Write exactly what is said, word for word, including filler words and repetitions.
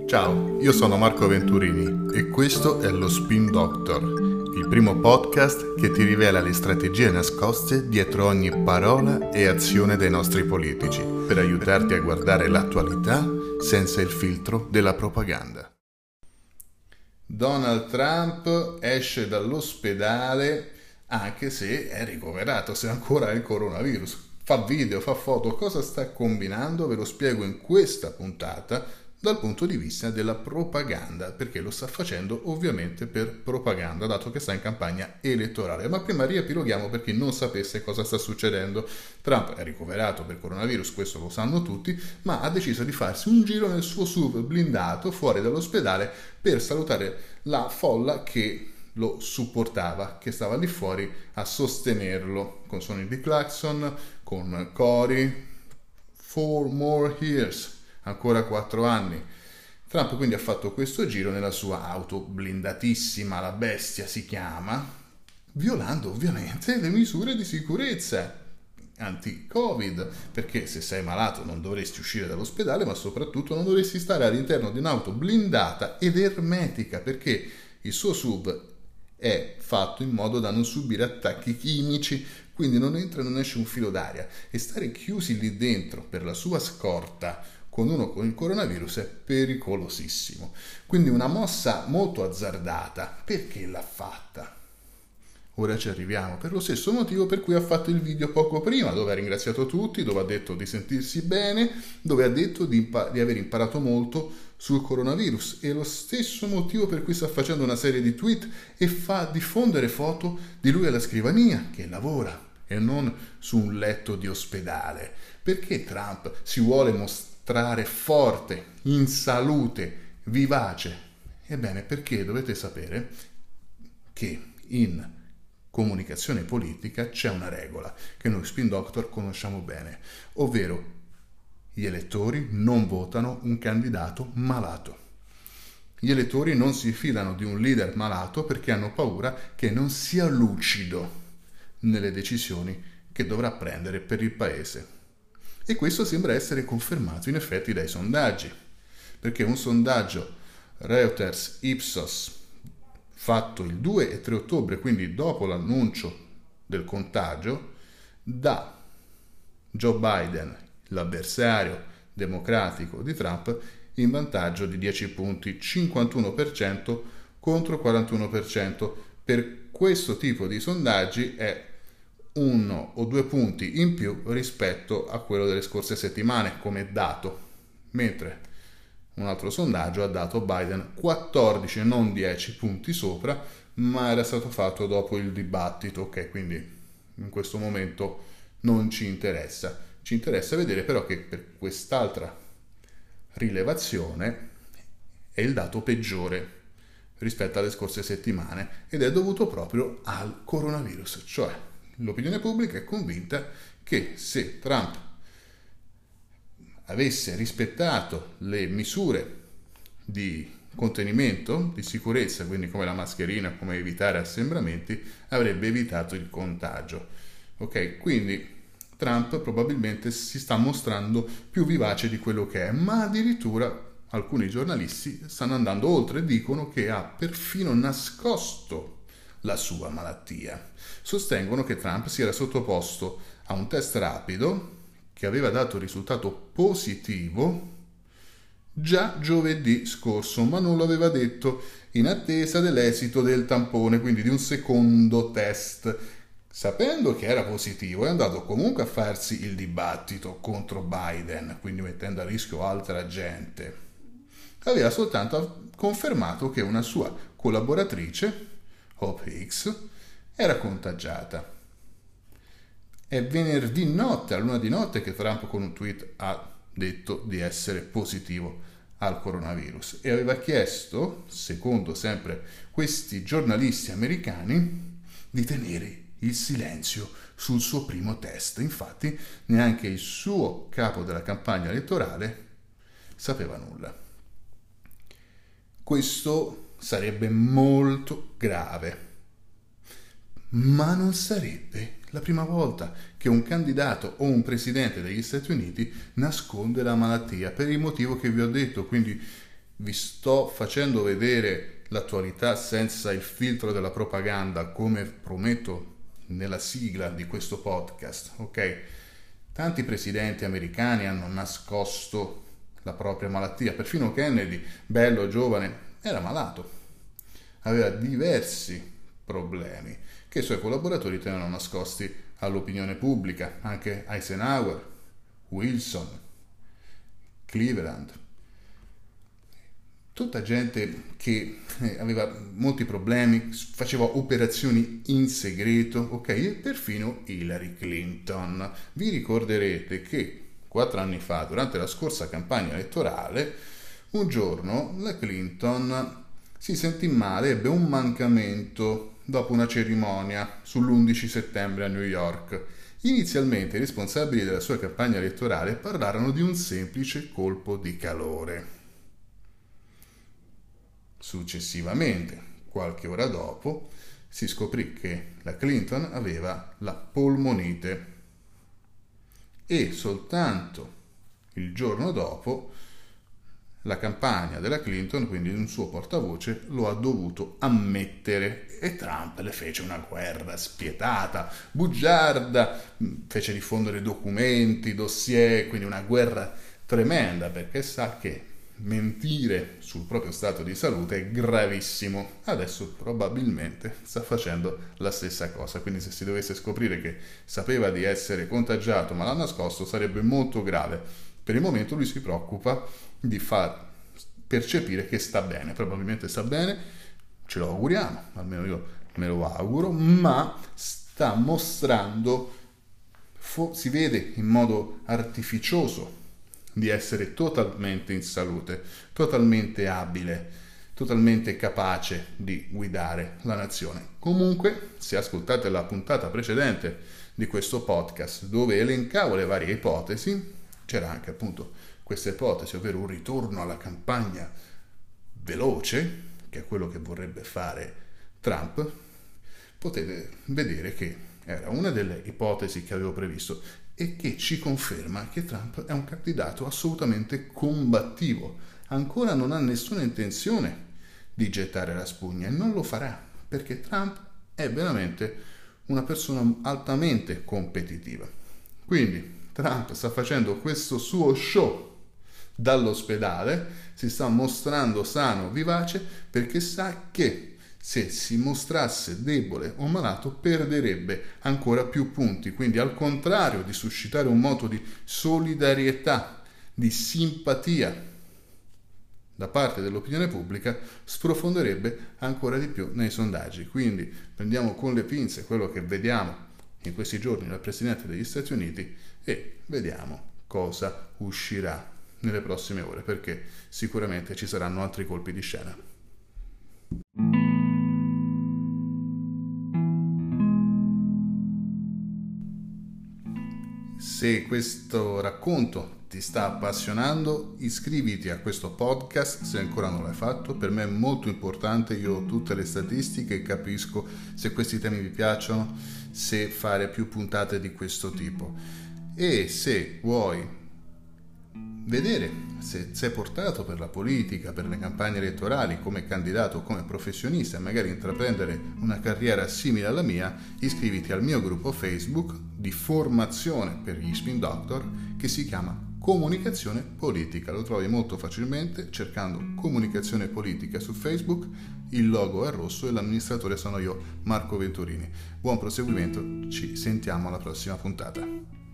Ciao, io sono Marco Venturini e questo è lo Spin Doctor, il primo podcast che ti rivela le strategie nascoste dietro ogni parola e azione dei nostri politici, per aiutarti a guardare l'attualità senza il filtro della propaganda. Donald Trump esce dall'ospedale anche se è ricoverato, se ancora ha il coronavirus. Fa video, fa foto, cosa sta combinando? Ve lo spiego in questa puntata dal punto di vista della propaganda, perché lo sta facendo ovviamente per propaganda, dato che sta in campagna elettorale. Ma prima riepiloghiamo per chi non sapesse cosa sta succedendo. Trump è ricoverato per coronavirus, questo lo sanno tutti, ma ha deciso di farsi un giro nel suo S U V blindato fuori dall'ospedale per salutare la folla che lo supportava, che stava lì fuori a sostenerlo, con suoni di clacson, con cori, four more years, ancora quattro anni. Trump quindi ha fatto questo giro nella sua auto blindatissima, la bestia si chiama, violando ovviamente le misure di sicurezza anti-Covid, perché se sei malato non dovresti uscire dall'ospedale, ma soprattutto non dovresti stare all'interno di un'auto blindata ed ermetica, perché il suo S U V è fatto in modo da non subire attacchi chimici, quindi non entra e non esce un filo d'aria, e stare chiusi lì dentro per la sua scorta con uno con il coronavirus è pericolosissimo. Quindi una mossa molto azzardata. Perché l'ha fatta? Ora ci arriviamo, per lo stesso motivo per cui ha fatto il video poco prima, dove ha ringraziato tutti, dove ha detto di sentirsi bene, dove ha detto di, impa- di aver imparato molto sul coronavirus, e lo stesso motivo per cui sta facendo una serie di tweet e fa diffondere foto di lui alla scrivania, che lavora, e non su un letto di ospedale. Perché Trump si vuole mostrare forte, in salute, vivace? Ebbene, perché dovete sapere che in comunicazione politica c'è una regola che noi Spin Doctor conosciamo bene, ovvero gli elettori non votano un candidato malato. Gli elettori non si fidano di un leader malato perché hanno paura che non sia lucido nelle decisioni che dovrà prendere per il paese. E questo sembra essere confermato in effetti dai sondaggi, perché un sondaggio Reuters Ipsos fatto il due e tre ottobre, quindi dopo l'annuncio del contagio, dà Joe Biden, l'avversario democratico di Trump, in vantaggio di dieci punti, cinquantuno per cento contro quarantuno per cento. Per questo tipo di sondaggi è uno o due punti in più rispetto a quello delle scorse settimane come dato, mentre un altro sondaggio ha dato Biden quattordici, non dieci punti sopra, ma era stato fatto dopo il dibattito, ok? Quindi in questo momento non ci interessa. Ci interessa vedere però che per quest'altra rilevazione è il dato peggiore rispetto alle scorse settimane, ed è dovuto proprio al coronavirus, cioè l'opinione pubblica è convinta che se Trump avesse rispettato le misure di contenimento, di sicurezza, quindi come la mascherina, come evitare assembramenti, avrebbe evitato il contagio. Ok, quindi Trump probabilmente si sta mostrando più vivace di quello che è, ma addirittura alcuni giornalisti stanno andando oltre e dicono che ha perfino nascosto la sua malattia. Sostengono che Trump si era sottoposto a un test rapido che aveva dato risultato positivo già giovedì scorso, ma non lo aveva detto, in attesa dell'esito del tampone, quindi di un secondo test. Sapendo che era positivo, è andato comunque a farsi il dibattito contro Biden, quindi mettendo a rischio altra gente. Aveva soltanto confermato che una sua collaboratrice, Hope Hicks, era contagiata. È venerdì notte, a luna di notte, che Trump con un tweet ha detto di essere positivo al coronavirus e aveva chiesto, secondo sempre questi giornalisti americani, di tenere il silenzio sul suo primo test. Infatti neanche il suo capo della campagna elettorale sapeva nulla. Questo sarebbe molto grave, ma non sarebbe la prima volta che un candidato o un presidente degli Stati Uniti nasconde la malattia per il motivo che vi ho detto, quindi vi sto facendo vedere l'attualità senza il filtro della propaganda, come prometto nella sigla di questo podcast, ok? Tanti presidenti americani hanno nascosto la propria malattia, perfino Kennedy, bello, giovane, era malato, aveva diversi problemi che i suoi collaboratori tenevano nascosti all'opinione pubblica, anche Eisenhower, Wilson, Cleveland, tutta gente che aveva molti problemi, faceva operazioni in segreto, ok? E perfino Hillary Clinton. Vi ricorderete che quattro anni fa, durante la scorsa campagna elettorale, un giorno la Clinton si sentì male, ebbe un mancamento dopo una cerimonia sull'undici settembre a New York. Inizialmente i responsabili della sua campagna elettorale parlarono di un semplice colpo di calore. Successivamente, qualche ora dopo, si scoprì che la Clinton aveva la polmonite e soltanto il giorno dopo la campagna della Clinton, quindi un suo portavoce, lo ha dovuto ammettere e Trump le fece una guerra spietata, bugiarda, fece diffondere documenti, dossier, quindi una guerra tremenda, perché sa che mentire sul proprio stato di salute è gravissimo. Adesso probabilmente sta facendo la stessa cosa, quindi se si dovesse scoprire che sapeva di essere contagiato ma l'ha nascosto sarebbe molto grave. Per il momento lui si preoccupa di far percepire che sta bene, probabilmente sta bene, ce lo auguriamo, almeno io me lo auguro, ma sta mostrando, si vede in modo artificioso, di essere totalmente in salute, totalmente abile, totalmente capace di guidare la nazione. Comunque, se ascoltate la puntata precedente di questo podcast dove elencavo le varie ipotesi, c'era anche appunto questa ipotesi, ovvero un ritorno alla campagna veloce, che è quello che vorrebbe fare Trump, potete vedere che era una delle ipotesi che avevo previsto e che ci conferma che Trump è un candidato assolutamente combattivo. Ancora non ha nessuna intenzione di gettare la spugna e non lo farà, perché Trump è veramente una persona altamente competitiva. Quindi Trump sta facendo questo suo show dall'ospedale, si sta mostrando sano, vivace, perché sa che se si mostrasse debole o malato perderebbe ancora più punti. Quindi, al contrario di suscitare un moto di solidarietà, di simpatia da parte dell'opinione pubblica, sprofonderebbe ancora di più nei sondaggi. Quindi prendiamo con le pinze quello che vediamo in questi giorni dal Presidente degli Stati Uniti e vediamo cosa uscirà nelle prossime ore, perché sicuramente ci saranno altri colpi di scena. Se questo racconto ti sta appassionando, iscriviti a questo podcast se ancora non l'hai fatto. Per me è molto importante, io ho tutte le statistiche e capisco se questi temi vi piacciono, se fare più puntate di questo tipo. E se vuoi vedere se sei portato per la politica, per le campagne elettorali, come candidato o come professionista, e magari intraprendere una carriera simile alla mia, iscriviti al mio gruppo Facebook di formazione per gli spin doctor che si chiama Comunicazione Politica. Lo trovi molto facilmente cercando Comunicazione Politica su Facebook, il logo è rosso e l'amministratore sono io, Marco Venturini. Buon proseguimento, ci sentiamo alla prossima puntata.